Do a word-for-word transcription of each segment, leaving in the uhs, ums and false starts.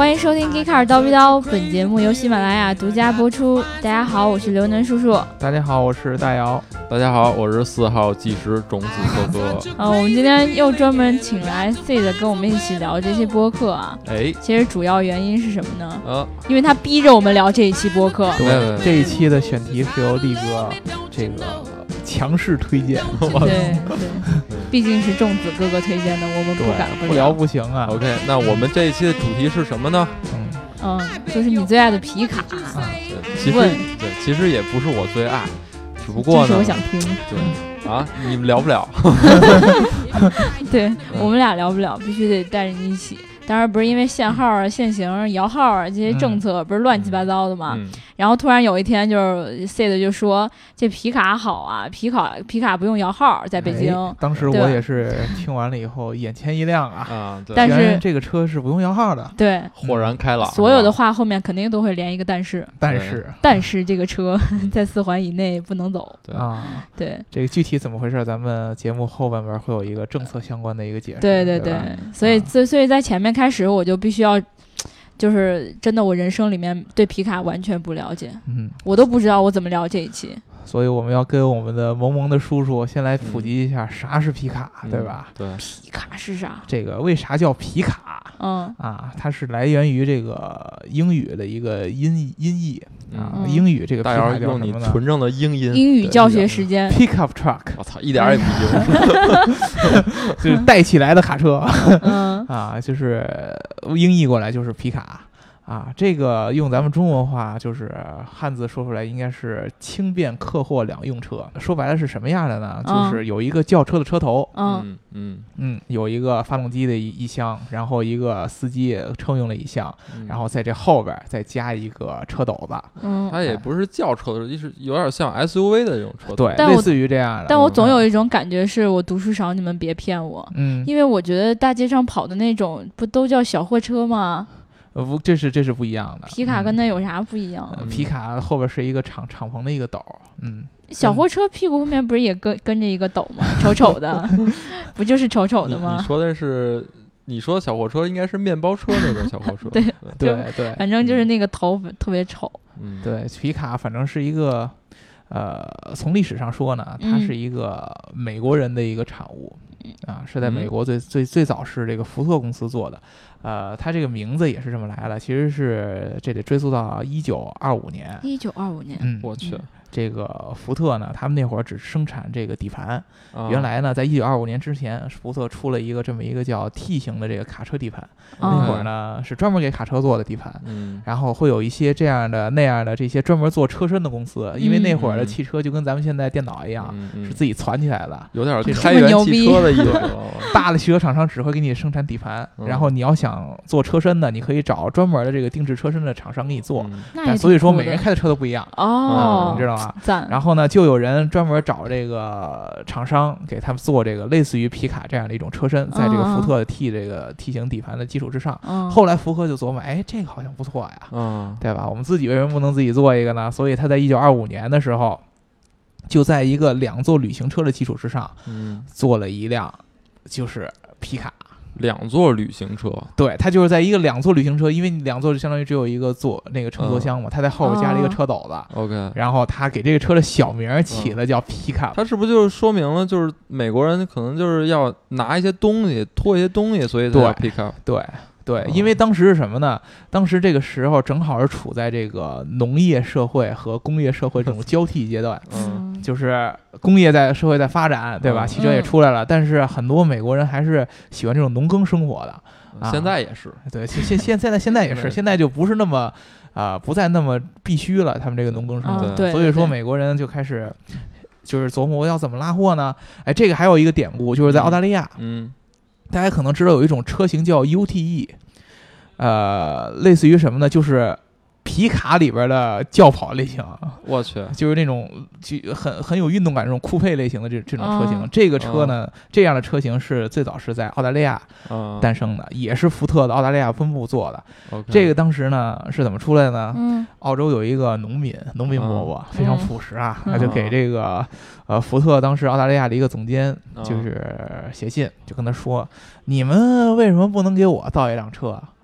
欢迎收听《Geek Car 叨逼叨》，本节目由喜马拉雅独家播出。大家好，我是刘能叔叔。 大家好，我是大姚。 大家好，我是四号技师种子哥哥。 呃，我们今天又专门请来 C 的跟我们一起聊这些播客啊。 哎， 其实主要原因是什么呢？ 呃， 因为他逼着我们聊这一期播客。 对，这一期的选题是由力哥这个强势推荐。 对对，毕竟是种子哥哥推荐的，我们不敢不聊， 不聊不行啊。 OK， 那我们这一期的主题是什么呢？ 嗯嗯，就是你最爱的皮卡。 啊，其实对，其实也不是我最爱，只不过呢， 这是我想听。 对啊，你们聊不了。 对、嗯、我们俩聊不了，必须得带着你一起。当然不是因为限号啊、限行、摇号啊这些政策、嗯、不是乱七八糟的嘛、嗯。然后突然有一天，就是 C 的就说这皮卡好啊，皮卡皮卡不用摇号，在北京。 哎、当时我也是听完了以后眼前一亮啊！ 啊， 但是这个车是不用摇号的。 对， 豁然开朗。 所有的话后面肯定都会连一个但是， 但是但是这个车在四环以内不能走。 对啊， 对， 这个具体怎么回事，咱们节目后半边会有一个政策相关的一个解释。 对对 对, 对，所以、啊、所以在前面开始我就必须要。就是真的，我人生里面对皮卡完全不了解，嗯，我都不知道我怎么聊这一期， 所以我们要跟我们的萌萌的叔叔先来普及一下啥是皮卡，嗯、对吧？ 对， 皮卡是啥？ 这个为啥叫皮卡？ 嗯啊，它是来源于这个英语的一个音音译啊、 嗯， 英语这个皮卡叫什么呢？用你纯正的英音。 英语教学时间 ，Pickup truck。 我操，一点也不英， 就是带起来的卡车。 嗯啊，就是英译过来就是皮卡。啊，这个用咱们中文话就是汉字说出来应该是轻便客货两用车。说白了是什么样的呢？ 嗯、 就是有一个轿车的车头， 嗯嗯嗯，有一个发动机的一一箱，然后一个司机乘用的一箱、嗯，然后在这后边再加一个车斗子。 嗯， 它也不是轿车的，就是有点像 S U V 的这种车。 对，类似于这样的。 但我总有一种感觉是我读书少，你们别骗我。 嗯， 因为我觉得大街上跑的那种不都叫小货车吗？ 呃不，这是这是不一样的。 皮卡跟那有啥不一样？ 嗯呃、皮卡后边是一个敞敞篷的一个斗，嗯， 小货车屁股后面不是也跟跟着一个斗吗？丑丑的，不就是丑丑的吗？ 你, 你说的是，你说的小货车应该是面包车那种小货车。 对对对， 反正就是那个头特别丑。 嗯， 对，皮卡反正是一个，呃，从历史上说呢，它是一个美国人的一个产物。嗯啊，是在美国最、嗯、最最早是这个福特公司做的，呃，它这个名字也是这么来的，其实是这得追溯到一九二五年。 一九二五年， 嗯， 我去。 这个福特呢，他们那会儿只生产这个底盘、 哦、 原来呢在一九二五年之前，福特出了一个这么一个叫 T 型的这个卡车底盘、 哦、 那会儿呢是专门给卡车做的底盘、 嗯、 然后会有一些这样的那样的这些专门做车身的公司、嗯、因为那会儿的汽车就跟咱们现在电脑一样、 嗯、 是自己攒起来的， 有点开源汽车的意思。 大的汽车厂商只会给你生产底盘、嗯、然后你要想做车身的，你可以找专门的这个定制车身的厂商给你做、 嗯、 但所以说每人开的车都不一样哦、 嗯、你知道吗？ 赞。 然后呢就有人专门找这个厂商给他们做这个类似于皮卡这样的一种车身，在这个福特的 T 这个 T 型底盘的基础之上、 嗯、 后来福特就琢磨，哎，这个好像不错呀、 嗯、 对吧？我们自己为什么不能自己做一个呢？所以他在一九二五年的时候就在一个两座旅行车的基础之上、 嗯、 做了一辆就是皮卡。 两座旅行车， 对，它就是在一个两座旅行车，因为两座就相当于只有一个座那个乘坐箱嘛，它、嗯、在后边加了一个车斗子、 哦、，OK， 然后他给这个车的小名起了叫皮卡、 嗯，它是不是就是说明了就是美国人可能就是要拿一些东西拖一些东西，所以叫皮卡， 对。对，因为当时是什么呢？当时这个时候正好是处在这个农业社会和工业社会这种交替阶段， 嗯， 就是工业在社会在发展，对吧？ 嗯、 汽车也出来了，但是很多美国人还是喜欢这种农耕生活的。啊、 现在也是， 对，现现现在现在也是，现在就不是那么啊、呃，不再那么必须了。他们这个农耕生活， 嗯、对， 所以说美国人就开始就是琢磨我要怎么拉货呢？哎，这个还有一个典故，就是在澳大利亚， 嗯。嗯大家可能知道有一种车型叫 U T E， 呃，类似于什么呢？就是皮卡里边的轿跑类型。 我去， 就是那种就很很有运动感这种酷配类型的这这种车型。 哦、 这个车呢、哦，这样的车型是最早是在澳大利亚诞生的，哦、也是福特的澳大利亚分部做的。 Okay、 这个当时呢是怎么出来的呢？ 嗯， 澳洲有一个农民，农民伯伯、嗯、非常朴实啊， 嗯、 他就给这个。呃，福特当时澳大利亚的一个总监就是写信，就跟他说：“你们为什么不能给我造一辆车啊？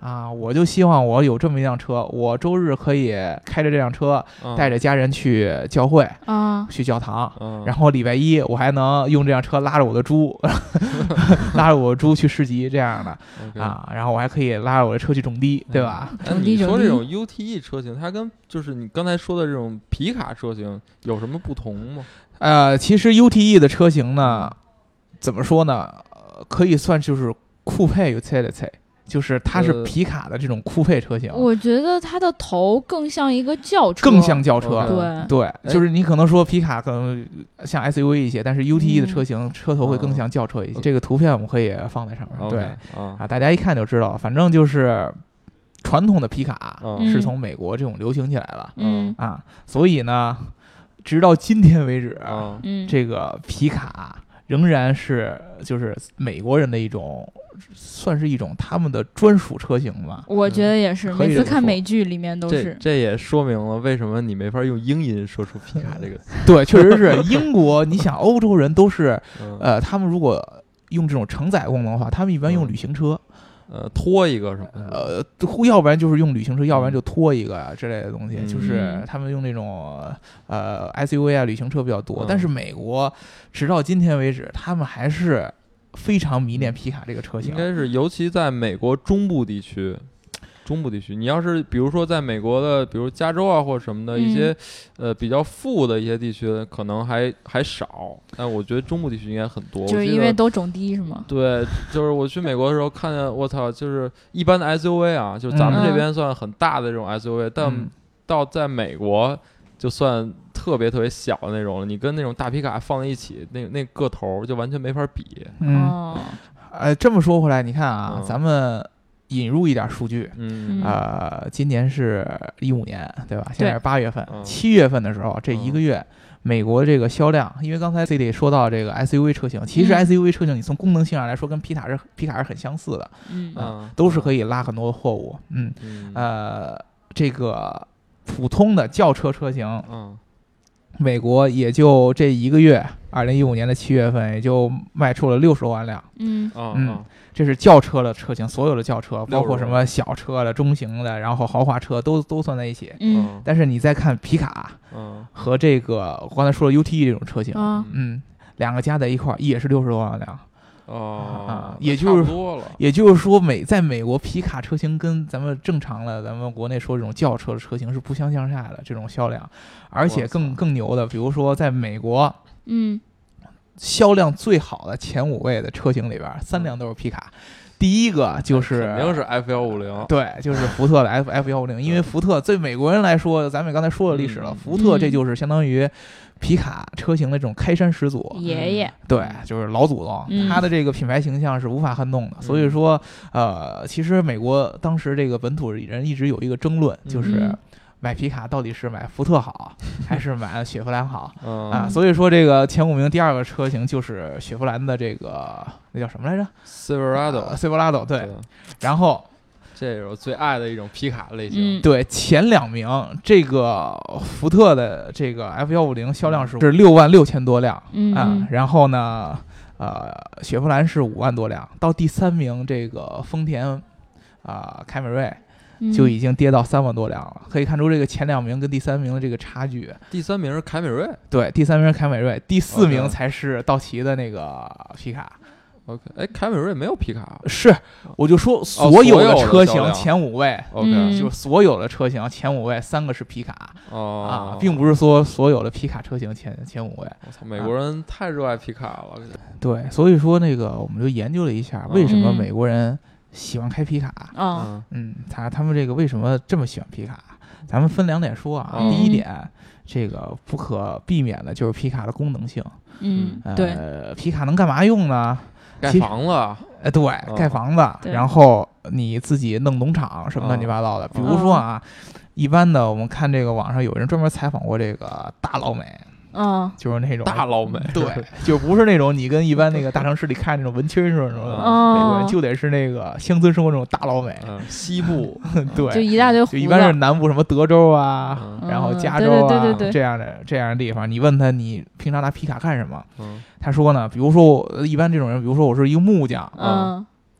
啊，我就希望我有这么一辆车，我周日可以开着这辆车， 嗯、 带着家人去教会啊， 去教堂， 嗯、 然后礼拜一我还能用这辆车拉着我的猪，拉着我的猪去市集这样的、 okay. 啊，然后我还可以拉着我的车去种地，对吧？ 那、嗯、你说这种 U T E 车型，它跟就是你刚才说的这种皮卡车型有什么不同吗？ 呃，其实 U T E 的车型呢，怎么说呢？呃、可以算就是酷配 utility。就是它是皮卡的这种酷配车型， 我觉得它的头更像一个轿车， 更像轿车。 对对，就是你可能说皮卡可能像 S U V 一些，但是 U T E 的车型、嗯、车头会更像轿车一些。嗯、这个图片我们可以放在上面， okay, 对、 啊， 啊，大家一看就知道了。反正就是传统的皮卡是从嗯美国这种流行起来了， 嗯啊，所以呢，直到今天为止， 嗯， 这个皮卡仍然是就是美国人的一种。算是一种他们的专属车型吧， 我觉得也是。 嗯、 每次看美剧里面都是。 这这也说明了为什么你没法用英音说出皮卡这个词。 对，确实是英国。你想，欧洲人都是， 嗯、 呃，他们如果用这种承载功能的话，他们一般用旅行车， 嗯、呃，拖一个什么的， 呃，要不然就是用旅行车，要不然就拖一个啊之类的东西。 嗯、 就是他们用那种呃 S U V 啊旅行车比较多， 嗯、 但是美国直到今天为止，他们还是。非常迷恋皮卡这个车型， 应该是尤其在美国中部地区，中部地区，你要是比如说在美国的，比如加州啊或者什么的一些， 嗯、 呃比较富的一些地区，可能还还少，但我觉得中部地区应该很多。 就是因为都种地是吗？ 对，就是我去美国的时候看见，我操，就是一般的 S U V 啊，就是咱们这边算很大的这种 S U V，、嗯、但到在美国就算特别特别小的那种了，你跟那种大皮卡放在一起，那那个头就完全没法比。 嗯，呃，这么说回来，你看啊， 嗯、 咱们引入一点数据， 嗯， 呃，今年是一五年，对吧？现在是八月份， 嗯、 七月份的时候，这一个月，嗯、美国这个销量，因为刚才 C D 说到这个 S U V 车型，其实 S U V 车型你从功能性上来说，跟皮卡是皮卡是很相似的， 嗯， 呃、都是可以拉很多货物，嗯， 嗯呃，这个普通的轿车车型， 嗯。 美国也就这一个月，二零一五年的七月份也就卖出了六十多万辆。 嗯嗯，这是轿车的车型，所有的轿车，包括什么小车的、中型的，然后豪华车都都算在一起。 嗯， 但是你再看皮卡， 嗯， 和这个我刚才说的 U T E 这种车型， 嗯， 嗯，两个加在一块儿也是六十多万辆。 哦、 啊，也就是也就是说，美在美国皮卡车型跟咱们正常的咱们国内说这种轿车的车型是不相上下的这种销量，而且更更牛的，比如说在美国， 嗯， 销量最好的前五位的车型里边，三辆都是皮卡。第一个就是肯定是 F 一五零， 对，就是福特的 F F 一五零，因为福特对美国人来说，咱们刚才说了历史了， 嗯、 福特这就是相当于皮卡车型的这种开山始祖， 爷爷， 对，就是老祖宗， 嗯、 他的这个品牌形象是无法撼动的。嗯、所以说，呃，其实美国当时这个本土人一直有一个争论， 嗯、 就是买皮卡到底是买福特好，还是买雪佛兰好、 嗯、 啊？所以说，这个前五名第二个车型就是雪佛兰的这个那叫什么来着 ？Silverado，Silverado，、 呃、对，对然后。 这是我最爱的一种皮卡类型。 嗯、 对，前两名，这个福特的这个 F 一五零销量是是六万六千多辆， 嗯啊，然后呢，呃，雪佛兰是五万多辆，到第三名这个丰田啊、呃、凯美瑞就已经跌到三万多辆了。嗯、可以看出这个前两名跟第三名的这个差距。 第三名是凯美瑞， 对，第三名是凯美瑞，第四名才是道奇的那个皮卡。 OK， 哎，凯美瑞没有皮卡， 是，我就说所有的车型前五位、 哦、，OK， 就是所有的车型前五位，三个是皮卡， 哦、 啊，并不是说所有的皮卡车型前前五位。 我操，美国人太热爱皮卡了。 啊、对，所以说那个我们就研究了一下，为什么美国人喜欢开皮卡？ 嗯嗯，他他们这个为什么这么喜欢皮卡？咱们分两点说啊。 嗯、 第一点，这个不可避免的就是皮卡的功能性。 嗯， 呃、 对， 皮卡能干嘛用呢？ 盖房子， 呃，对， 嗯、 盖房子，然后你自己弄农场什么乱七八糟的。 嗯、 比如说啊，嗯、一般的我们看这个网上有人专门采访过这个大老美， 嗯， 就是那种大老美， 对，就不是那种你跟一般那个大城市里看那种文青似的那种美国人，就得是那个乡村生活那种大老美， 嗯、西部， 对， 就一大堆胡子， 就一般是南部什么德州啊， 嗯、 然后加州啊， 对对对对对这样的这样的地方，你问他你平常拿皮卡干什么？ 嗯。 他说呢，比如说我一般这种人，比如说我是一个木匠， 嗯，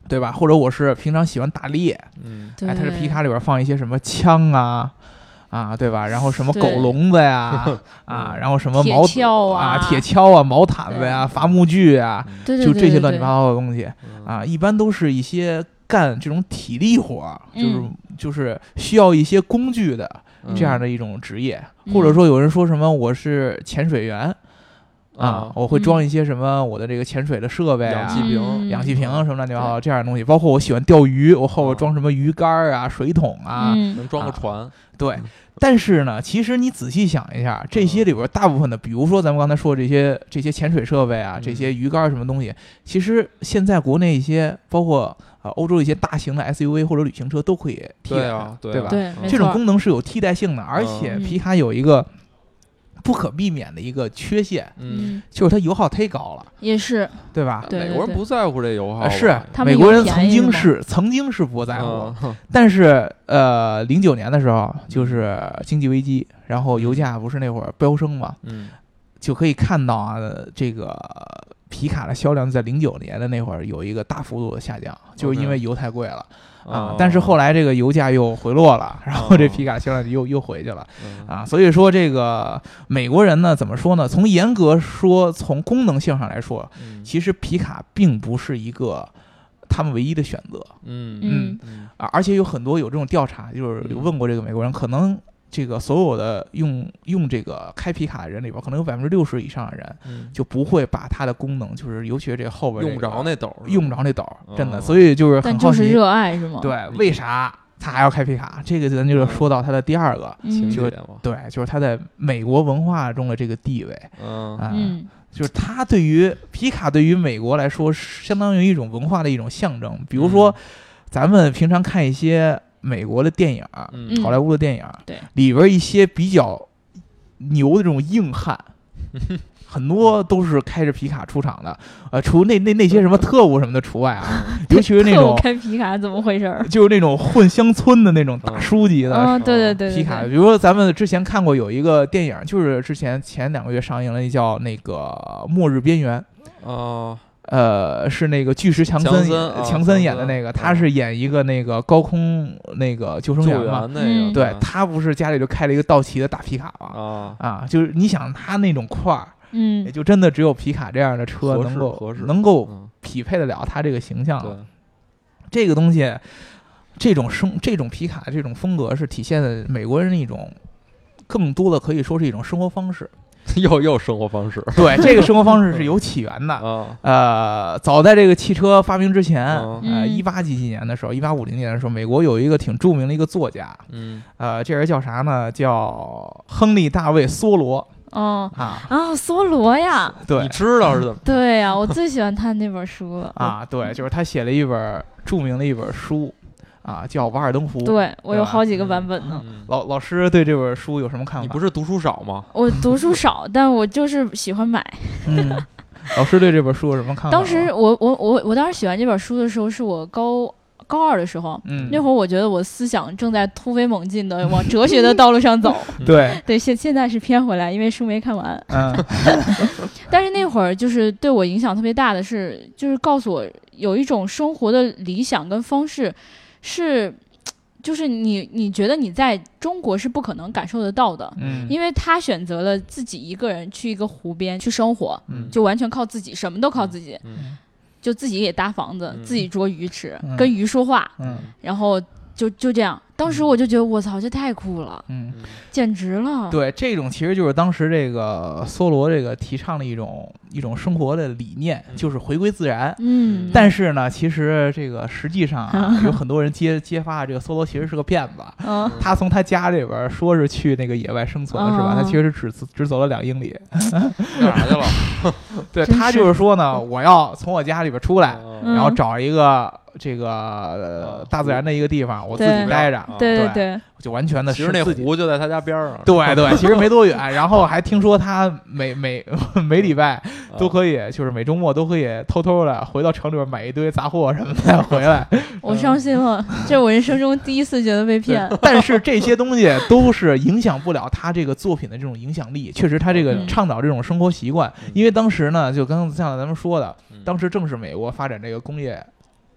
对吧？或者我是平常喜欢打猎， 嗯， 哎，它这皮卡里边放一些什么枪啊。啊，对吧？然后什么狗笼子呀，啊，然后什么毛锹啊、 铁锹啊、毛毯子呀、伐木锯啊，就这些乱七八糟的东西啊，一般都是一些干这种体力活，就是就是需要一些工具的这样的一种职业，或者说有人说什么我是潜水员。啊，我会装一些什么我的这个潜水的设备啊， 氧气瓶、 氧气瓶什么乱七八糟这样的东西，包括我喜欢钓鱼，我后边装什么鱼竿啊、水桶啊， 能装个船。 对，但是呢，其实你仔细想一下，这些里边大部分的，比如说咱们刚才说这些这些潜水设备啊，这些鱼竿什么东西，其实现在国内一些包括呃欧洲一些大型的 S U V 或者旅行车都可以替代它，对吧？ 对， 这种功能是有替代性的，而且皮卡有一个不可避免的一个缺陷， 嗯， 就是它油耗忒高了， 也是， 对吧？ 对对对美国人不在乎这油耗， 是美国人曾经是曾经是不在乎， 嗯、 但是呃，零九年的时候就是经济危机，然后油价不是那会儿飙升嘛， 嗯， 就可以看到啊，这个皮卡的销量在零九年的那会儿有一个大幅度的下降，就是因为油太贵了。啊，但是后来这个油价又回落了，然后这皮卡销量又又回去了，啊，所以说这个美国人呢，怎么说呢？从严格说，从功能性上来说，其实皮卡并不是一个他们唯一的选择， 嗯嗯啊，而且有很多有这种调查，就是有问过这个美国人，可能这个所有的用用这个开皮卡的人里边，可能有百分之六十以上的人就不会把它的功能，就是尤其是这个后边、这个、 用不着那斗， 用不着那斗，真的。所以就是很好奇， 但就是热爱是吗？ 对，为啥他还要开皮卡？这个咱就是说到他的第二个， 嗯、 就对，就是他在美国文化中的这个地位， 嗯、 呃、嗯，就是他对于皮卡对于美国来说，相当于一种文化的一种象征。比如说， 嗯、 咱们平常看一些美国的电影， 嗯、 好莱坞的电影， 对， 里边一些比较牛的这种硬汉。很多都是开着皮卡出场的，呃，除那那那些什么特务什么的除外啊，尤其是那种开皮卡怎么回事？ 就是那种混乡村的那种大书记的， 嗯，对对对， 皮卡。比如说咱们之前看过有一个电影，就是之前前两个月上映了，那叫那个《末日边缘》 哦。 呃，是那个巨石强森强森演的那个，他是演一个那个高空那个救生员嘛， 那个， 对他不是家里就开了一个道奇的大皮卡嘛， 啊啊，就是你想他那种块儿， 嗯， 也就真的只有皮卡这样的车能够能够匹配得了他这个形象了。这个东西，这种生这种皮卡这种风格是体现的美国人的一种，更多的可以说是一种生活方式。 又又生活方式， 对，这个生活方式是有起源的。 啊、 呃，早在这个汽车发明之前， 啊、 呃，一八几几年的时候，一八五零年的时候，美国有一个挺著名的一个作家， 嗯， 呃，这人叫啥呢？叫亨利·大卫·梭罗。 哦啊啊，梭罗呀， 对， 你知道是怎么？ 对呀、啊，我最喜欢他那本书了。 啊，对，就是他写了一本著名的一本书。啊，叫《瓦尔登湖》。 对，我有好几个版本呢。 嗯、老老师对这本书有什么看法？ 你不是读书少吗？ 我读书少，但我就是喜欢买。 嗯，老师对这本书有什么看法？ 当时我我我我当时喜欢这本书的时候，是我高高二的时候， 嗯， 那会儿我觉得我思想正在突飞猛进的往哲学的道路上走。 对对，现现在是偏回来，因为书没看完。 嗯， 但是那会儿就是对我影响特别大的是，就是告诉我有一种生活的理想跟方式。是，就是你，你觉得你在中国是不可能感受得到的， 嗯， 因为他选择了自己一个人去一个湖边去生活， 嗯， 就完全靠自己，什么都靠自己， 嗯， 就自己给搭房子， 嗯， 自己捉鱼吃， 嗯， 跟鱼说话， 嗯， 然后就就这样。当时我就觉得我操，这太酷了， 嗯， 简直了。 对，这种其实就是当时这个梭罗这个提倡的一种一种生活的理念，就是回归自然。 嗯， 但是呢，其实这个实际上啊，有很多人揭揭发这个梭罗其实是个骗子。 嗯， 他从他家里边说是去那个野外生存， 嗯， 是吧？他其实只只走了两英里。 干啥去了？ 对，他就是说呢，我要从我家里边出来， 嗯， 然后找一个。这个、呃、大自然的一个地方，我自己待着， 对对对， 就完全的。 其实那湖就在他家边上。 对对，其实没多远。然后还听说他每每每礼拜都可以，就是每周末都可以偷偷的回到城里边买一堆杂货什么的回来。 我伤心了，这是我人生中第一次觉得被骗。 但是这些东西都是影响不了他这个作品的这种影响力。确实，他这个倡导这种生活习惯， 嗯、 因为当时呢，就刚刚像咱们说的，当时正是美国发展这个工业。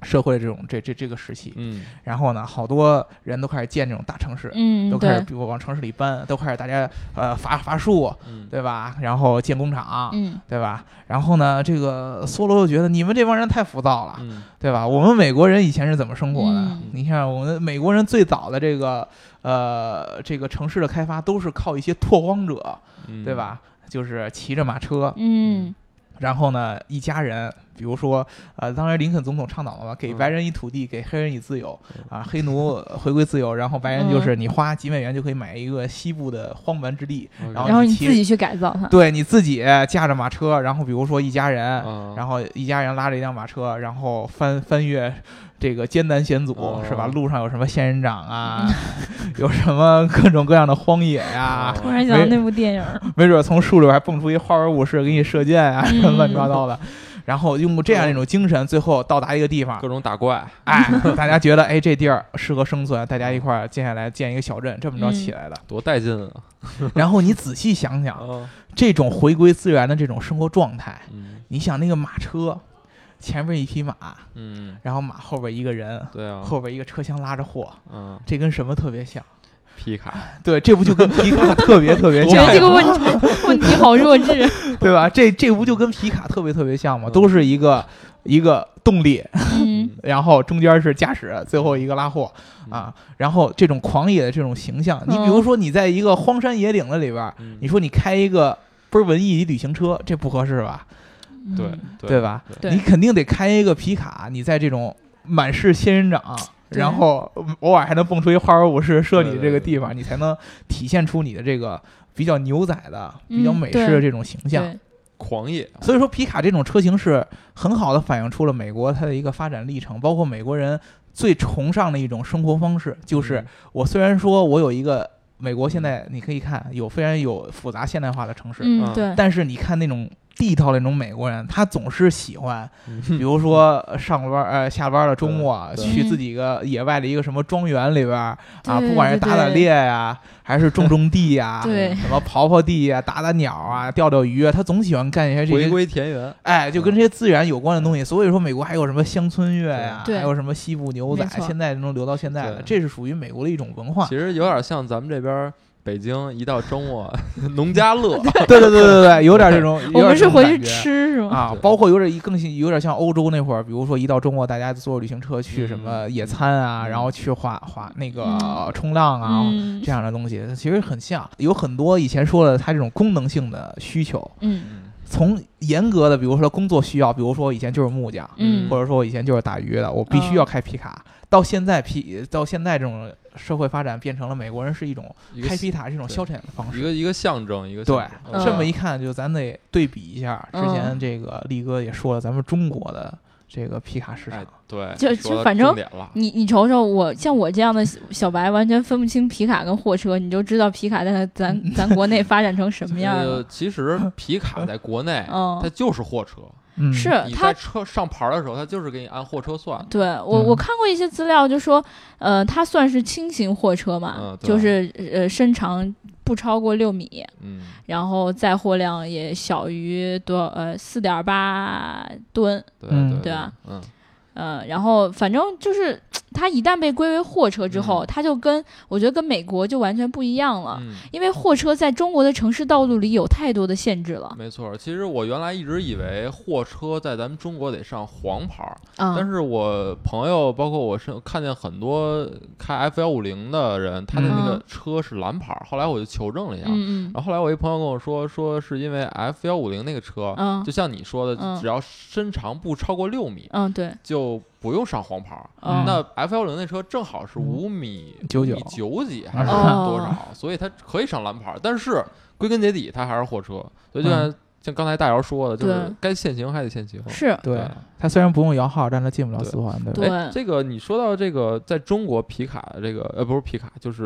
社会的这种这这这个时期， 嗯， 然后呢，好多人都开始建这种大城市， 嗯， 都开始往城市里搬，都开始大家呃伐伐树， 嗯、 对吧？然后建工厂， 嗯， 对吧？然后呢，这个梭罗就觉得你们这帮人太浮躁了， 嗯、 对吧？我们美国人以前是怎么生活的？ 嗯、 你看，我们美国人最早的这个呃这个城市的开发都是靠一些拓荒者， 嗯、 对吧？就是骑着马车， 嗯。 然后呢，一家人，比如说，呃，当然林肯总统倡导了嘛，给白人以土地，给黑人以自由，啊，黑奴回归自由，然后白人就是你花几美元就可以买一个西部的荒蛮之地， 嗯、 然后你你自己去改造它， 对，你自己驾着马车，然后比如说一家人， 嗯、 然后一家人拉着一辆马车，然后翻翻越这个艰难险阻， 嗯、 是吧？路上有什么仙人掌啊，有什么各种各样的荒野呀、 突然想到那部电影， 没准从树里还蹦出一花儿武士给你射箭啊，什么乱七八糟的。然后用这样一种精神，最后到达一个地方， 各种打怪， 哎，大家觉得哎这地儿适合生存，大家一块儿接下来建一个小镇，这么着起来的， 多带劲啊！ 然后你仔细想想，这种回归自然的这种生活状态，你想那个马车。前面一匹马， 嗯， 然后马后边一个人， 对啊， 后边一个车厢拉着货， 嗯， 这跟什么特别像？ 皮卡， 对，这不就跟皮卡特别特别像？ 这个问题问题好弱智， 对吧？这这不就跟皮卡特别特别像吗？都是一个一个动力， 嗯， 然后中间是驾驶，最后一个拉货啊。然后这种狂野的这种形象，你比如说你在一个荒山野岭的里边， 嗯、 你说你开一个倍儿文艺旅行车，这不合适吧？ 对对, 对吧对？ 你肯定得开一个皮卡，你在这种满是仙人掌，然后偶尔还能蹦出一花儿武士射你这个地方，对对对，你才能体现出你的这个比较牛仔的、 嗯、 比较美式的这种形象。 狂野， 所以说皮卡这种车型是很好的反映出了美国它的一个发展历程，包括美国人最崇尚的一种生活方式，就是我虽然说我有一个。美国现在你可以看有非常有复杂现代化的城市， 嗯，对， 但是你看那种地道的那种美国人，他总是喜欢，比如说上班呃下班的周末去自己一个野外的一个什么庄园里边啊，不管是打打猎呀，还是种种地呀， 对， 什么刨刨地呀、打打鸟啊、钓钓鱼啊，他总喜欢干一些这些回归田园， 哎，就跟这些自然有关的东西。所以说，美国还有什么乡村乐呀， 还有什么西部牛仔，现在能留到现在的，这是属于美国的一种文化。 其实有点像咱们这边。北京一到周末，农家乐， 对对对对对，有点这种。 我们是回去吃是吗？ 啊，包括有点更有点像欧洲那会儿，比如说一到周末，大家坐旅行车去什么野餐啊， 嗯、 然后去滑滑那个冲浪啊、 嗯、 这样的东西，其实很像。有很多以前说的它这种功能性的需求， 嗯， 从严格的，比如说工作需要，比如说以前就是木匠， 嗯， 或者说以前就是打鱼的，我必须要开皮卡。嗯、到现在皮到现在这种。社会发展变成了美国人是一种开皮塔这种消遣的方式， 一个一个象征，一个对， 嗯、 这么一看就咱得对比一下。之前这个力哥也说了，咱们中国的这个皮卡市场， 哎、对， 就就反正你你瞅瞅我像我这样的小白，完全分不清皮卡跟货车，你就知道皮卡在咱咱国内发展成什么样了。 呃，其实皮卡在国内， 嗯， 它就是货车。 嗯、 是你在车上牌的时候，它就是给你按货车算的。 对我，我看过一些资料，就说，呃，它算是轻型货车嘛， 嗯、 就是呃身长不超过六米， 嗯， 然后载货量也小于多少呃四点八吨， 对对对吧？ 嗯。 呃，然后反正就是它一旦被归为货车之后， 嗯、 它就跟我觉得跟美国就完全不一样了， 嗯、 因为货车在中国的城市道路里有太多的限制了。 没错，其实我原来一直以为货车在咱们中国得上黄牌， 嗯、 但是我朋友包括我是看见很多开 F 一五零的人，他的那个车是蓝牌，嗯、后来我就求证了一下， 嗯、 然后后来我一朋友跟我说，说是因为 F 一五零那个车， 嗯、 就像你说的， 嗯、 只要身长不超过六米， 嗯，对， 就不用上黄牌。 嗯、 那 F 一五零那车正好是五米九九九几还是多少，哦、所以它可以上蓝牌。但是归根结底，它还是货车。所以就像、嗯、像刚才大姚说的，就是该限行还得限行。 是， 对，它虽然不用摇号，但它进不了四环，对吧？ 对， 哎，这个你说到这个，在中国皮卡的这个呃不是皮卡，就是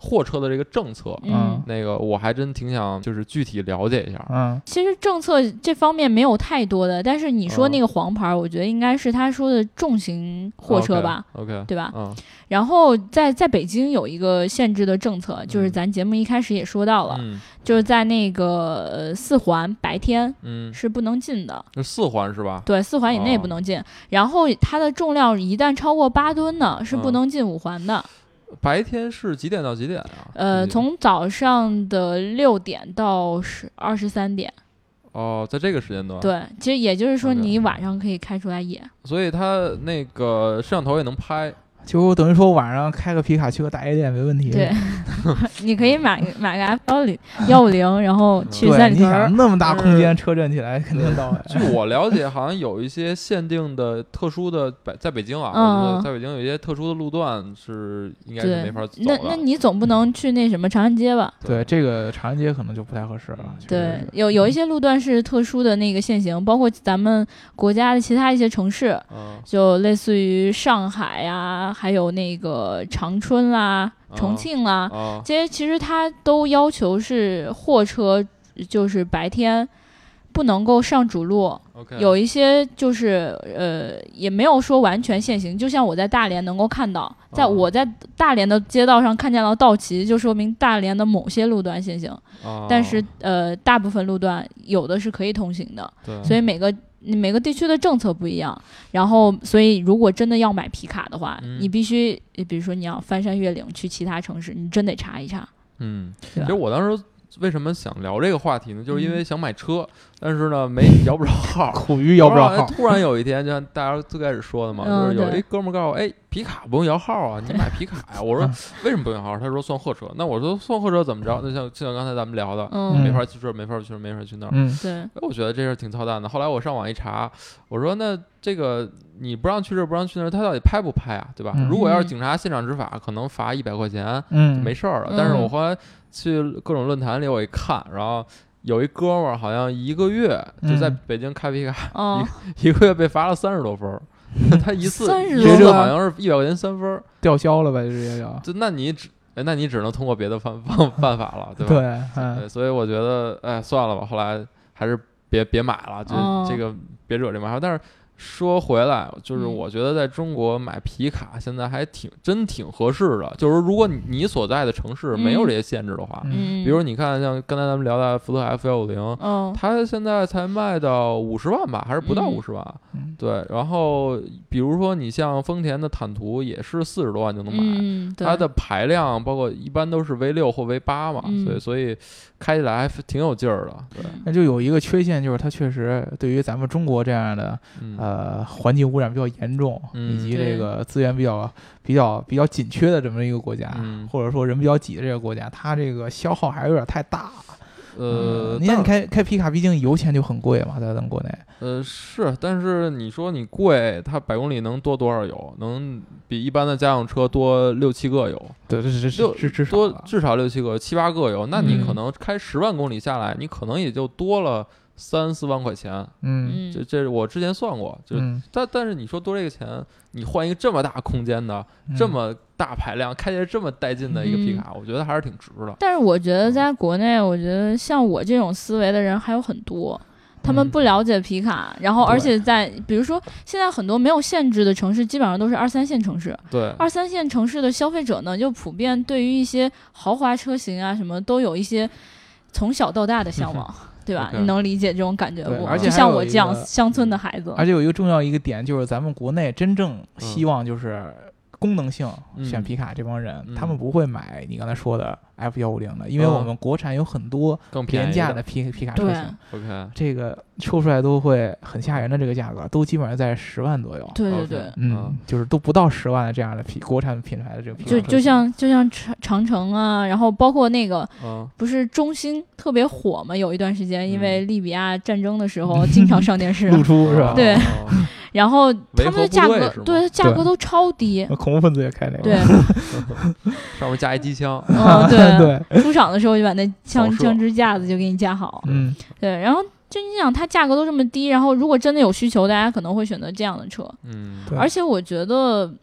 货车的这个政策， 嗯， 那个我还真挺想就是具体了解一下。 嗯， 其实政策这方面没有太多的，但是你说那个黄牌，我觉得应该是他说的重型货车吧 ，OK，, okay 对吧？ 嗯。 然后在在北京有一个限制的政策，就是咱节目一开始也说到了， 嗯、 就是在那个、呃、四环白天嗯是不能进的， 是四环是吧？ 对，四环以内不能进。哦、然后它的重量一旦超过八吨呢，是不能进五环的。 嗯、白天是几点到几点啊？ 呃，从早上的六点到十二十三点。 哦，在这个时间段。 对，其实也就是说你晚上可以开出来野。 所以它那个摄像头也能拍。 就等于说晚上开个皮卡去个大夜店没问题。 对，你可以买买个 F 幺零幺五零，然后去三里屯。 你想那么大空间车震起来，肯定到。 据我了解，好像有一些限定的、特殊的北，在北京啊， 嗯、 在北京有一些特殊的路段是应该是没法走的。 那那你总不能去那什么长安街吧？ 对，这个长安街可能就不太合适了。 对，有有一些路段是特殊的那个限行，包括咱们国家的其他一些城市， 嗯、 就类似于上海呀、啊。还有那个长春啦、重庆啦， 哦、 这些其实它都要求是货车，就是白天不能够上主路。 Okay. 有一些就是呃，也没有说完全限行。就像我在大连能够看到，在我在大连的街道上看见到道旗，就说明大连的某些路段限行。 哦、 但是呃，大部分路段有的是可以通行的。所以每个。每个地区的政策不一样，然后所以如果真的要买皮卡的话， 嗯、 你必须，比如说你要翻山越岭去其他城市，你真得查一查。 嗯，其实我当时为什么想聊这个话题呢？就是因为想买车，嗯、但是呢没摇不着号， 苦于摇不着号。 突然有一天，就像大家最开始说的嘛， 嗯、 就是有一哥们告诉我，哎，皮卡不用摇号啊，你买皮卡呀、啊。我说为什么不用摇号？他说算货车。那我说算货车怎么着？那像就像刚才咱们聊的， 嗯、 没法去这儿，没法去这儿，没法去那儿。 嗯， 对。 我觉得这事挺操蛋的。后来我上网一查，我说那这个你不让去这儿，不让去那儿，他到底拍不拍啊？对吧？ 嗯、 如果要是警察现场执法，可能罚一百块钱， 嗯， 没事儿了。 嗯、 但是我后来去各种论坛里我一看，然后有一哥们儿好像一个月就在北京开皮卡， 嗯、 一一个月被罚了三十多分儿。他一次一次好像是一百块钱三分， 吊销了吧？直接就。 就那你只哎，那你只能通过别的办办办法了，对吧？ 对，嗯、 对，所以我觉得，哎，算了吧。后来还是别别买了，就、 哦、 这个别惹这麻烦。但是说回来，就是我觉得在中国买皮卡现在还挺真挺合适的。就是如果你你所在的城市没有这些限制的话， 嗯， 比如你看像刚才咱们聊的福特 F 一五零， 嗯， 它现在才卖到五十万吧，还是不到五十万？ 嗯， 对。然后比如说你像丰田的坦途也是四十多万就能买， 嗯， 它的排量包括一般都是 V 六或 V 八嘛， 嗯、 所以所以开起来还挺有劲儿的。对， 那就有一个缺陷，就是它确实对于咱们中国这样的、 嗯、 呃环境污染比较严重， 嗯、 以及这个资源比较比较比较紧缺的这么一个国家， 嗯、 或者说人比较挤的这个国家，它这个消耗还是有点太大了。 呃， 你看你开开皮卡，毕竟油钱就很贵嘛，在咱们国内。 呃，是，但是你说你贵，它百公里能多多少油？能比一般的家用车多六七个油？ 对，这是六至至少多至少六七个、七八个油。那你可嗯能开十万公里下来，你可能也就多了三四万块钱。 嗯， 这这我之前算过，就、 嗯、 但但是你说多这个钱，你换一个这么大空间的、 嗯、 这么大排量、开起来这么带劲的一个皮卡， 嗯、 我觉得还是挺值的。 但是我觉得在国内，我觉得像我这种思维的人还有很多。他们不了解皮卡，嗯、然后而且在比如说现在很多没有限制的城市，基本上都是二三线城市。 对， 二三线城市的消费者呢，就普遍对于一些豪华车型啊什么都有一些从小到大的向往。对吧？ Okay. 你能理解这种感觉不？ 而且就像我这样乡村的孩子。 而且有一个重要一个点，就是咱们国内真正希望就是功能性选皮卡这帮人， 嗯、 他们不会买你刚才说的 F 一五零的，因为我们国产有很多廉价的皮皮卡车型， OK， 这个抽出来都会很吓人的，这个价格都基本上在十万左右。 对对对， okay, 嗯，就是都不到十万的这样的皮国产品牌的这个皮卡车型， 就就像就像长长城啊，然后包括那个、 嗯、 不是中兴特别火嘛，有一段时间因为利比亚战争的时候、嗯、经常上电视露出是吧？ 对。 哦然后他们的价格，对价格都超低。 恐怖分子也开那个， 对， 上面架一机枪。 嗯，对对。 出厂的时候就把那枪枪支架子就给你架好。 嗯， 对。然后就你想，它价格都这么低，然后如果真的有需求，大家可能会选择这样的车。 嗯， 而且我觉得，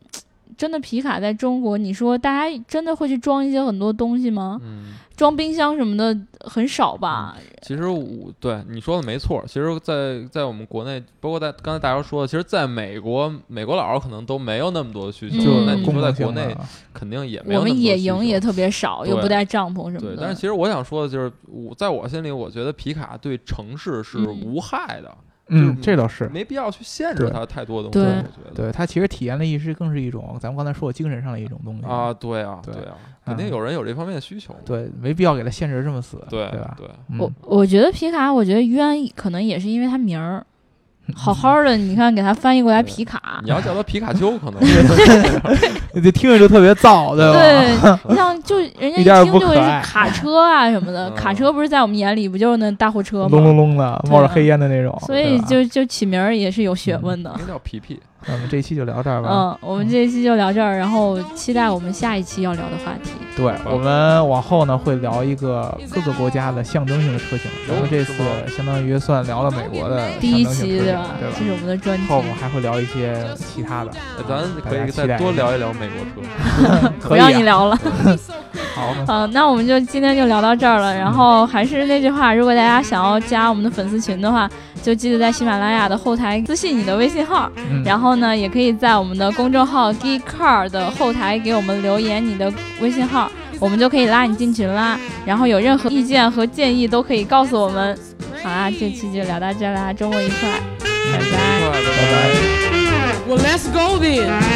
真的皮卡在中国，你说大家真的会去装一些很多东西吗？ 嗯， 装冰箱什么的很少吧？ 嗯、其实我对你说的没错，其实在在我们国内，包括在刚才大家说的，其实在美国，美国佬可能都没有那么多的需求。 嗯、 那你说在国内肯定也没有那么多需求。 我们野营也特别少，又不带帐篷什么的。 对，但是其实我想说的就是，我在我心里，我觉得皮卡对城市是无害的。 嗯嗯，这倒是没必要去限制它太多东西。 对， 我觉得对它其实体验的意识更是一种，咱们刚才说的精神上的一种东西啊。对啊， 对啊，肯定有人有这方面的需求。 对，没必要给它限制这么死。 对对吧？ 对， 嗯、 我我觉得皮卡，我觉得冤可能也是因为它名儿。好好的，你看给他翻译过来皮卡， 你要叫他皮卡丘可能就听着就特别燥，对吧？ 对，你像就人家一听就是卡车啊什么的，卡车不是在我们眼里不就是那大货车吗？ 隆隆隆的，冒着黑烟的那种。 所以就就起名儿也是有学问的。 应该叫皮皮。 那我们这一期就聊这儿吧。 嗯，我们这一期就聊这儿，然后期待我们下一期要聊的话题。 对，我们往后呢会聊一个各个国家的象征性的车型。咱们这次相当于算聊了美国的第一期，对吧？ 对吧？ 这是我们的专题。 后面还会聊一些其他的， 咱可以再多聊一聊美国车。 不让你聊了。 好， 嗯，那我们就今天就聊到这儿了。然后还是那句话，如果大家想要加我们的粉丝群的话，就记得在喜马拉雅的后台私信你的微信号， 嗯、 然后呢，也可以在我们的公众号 Geek Car 的后台给我们留言你的微信号，我们就可以拉你进群啦。然后有任何意见和建议都可以告诉我们。好啦，这期就聊到这啦，周末愉快，拜拜， 拜拜。 Well, let's go then.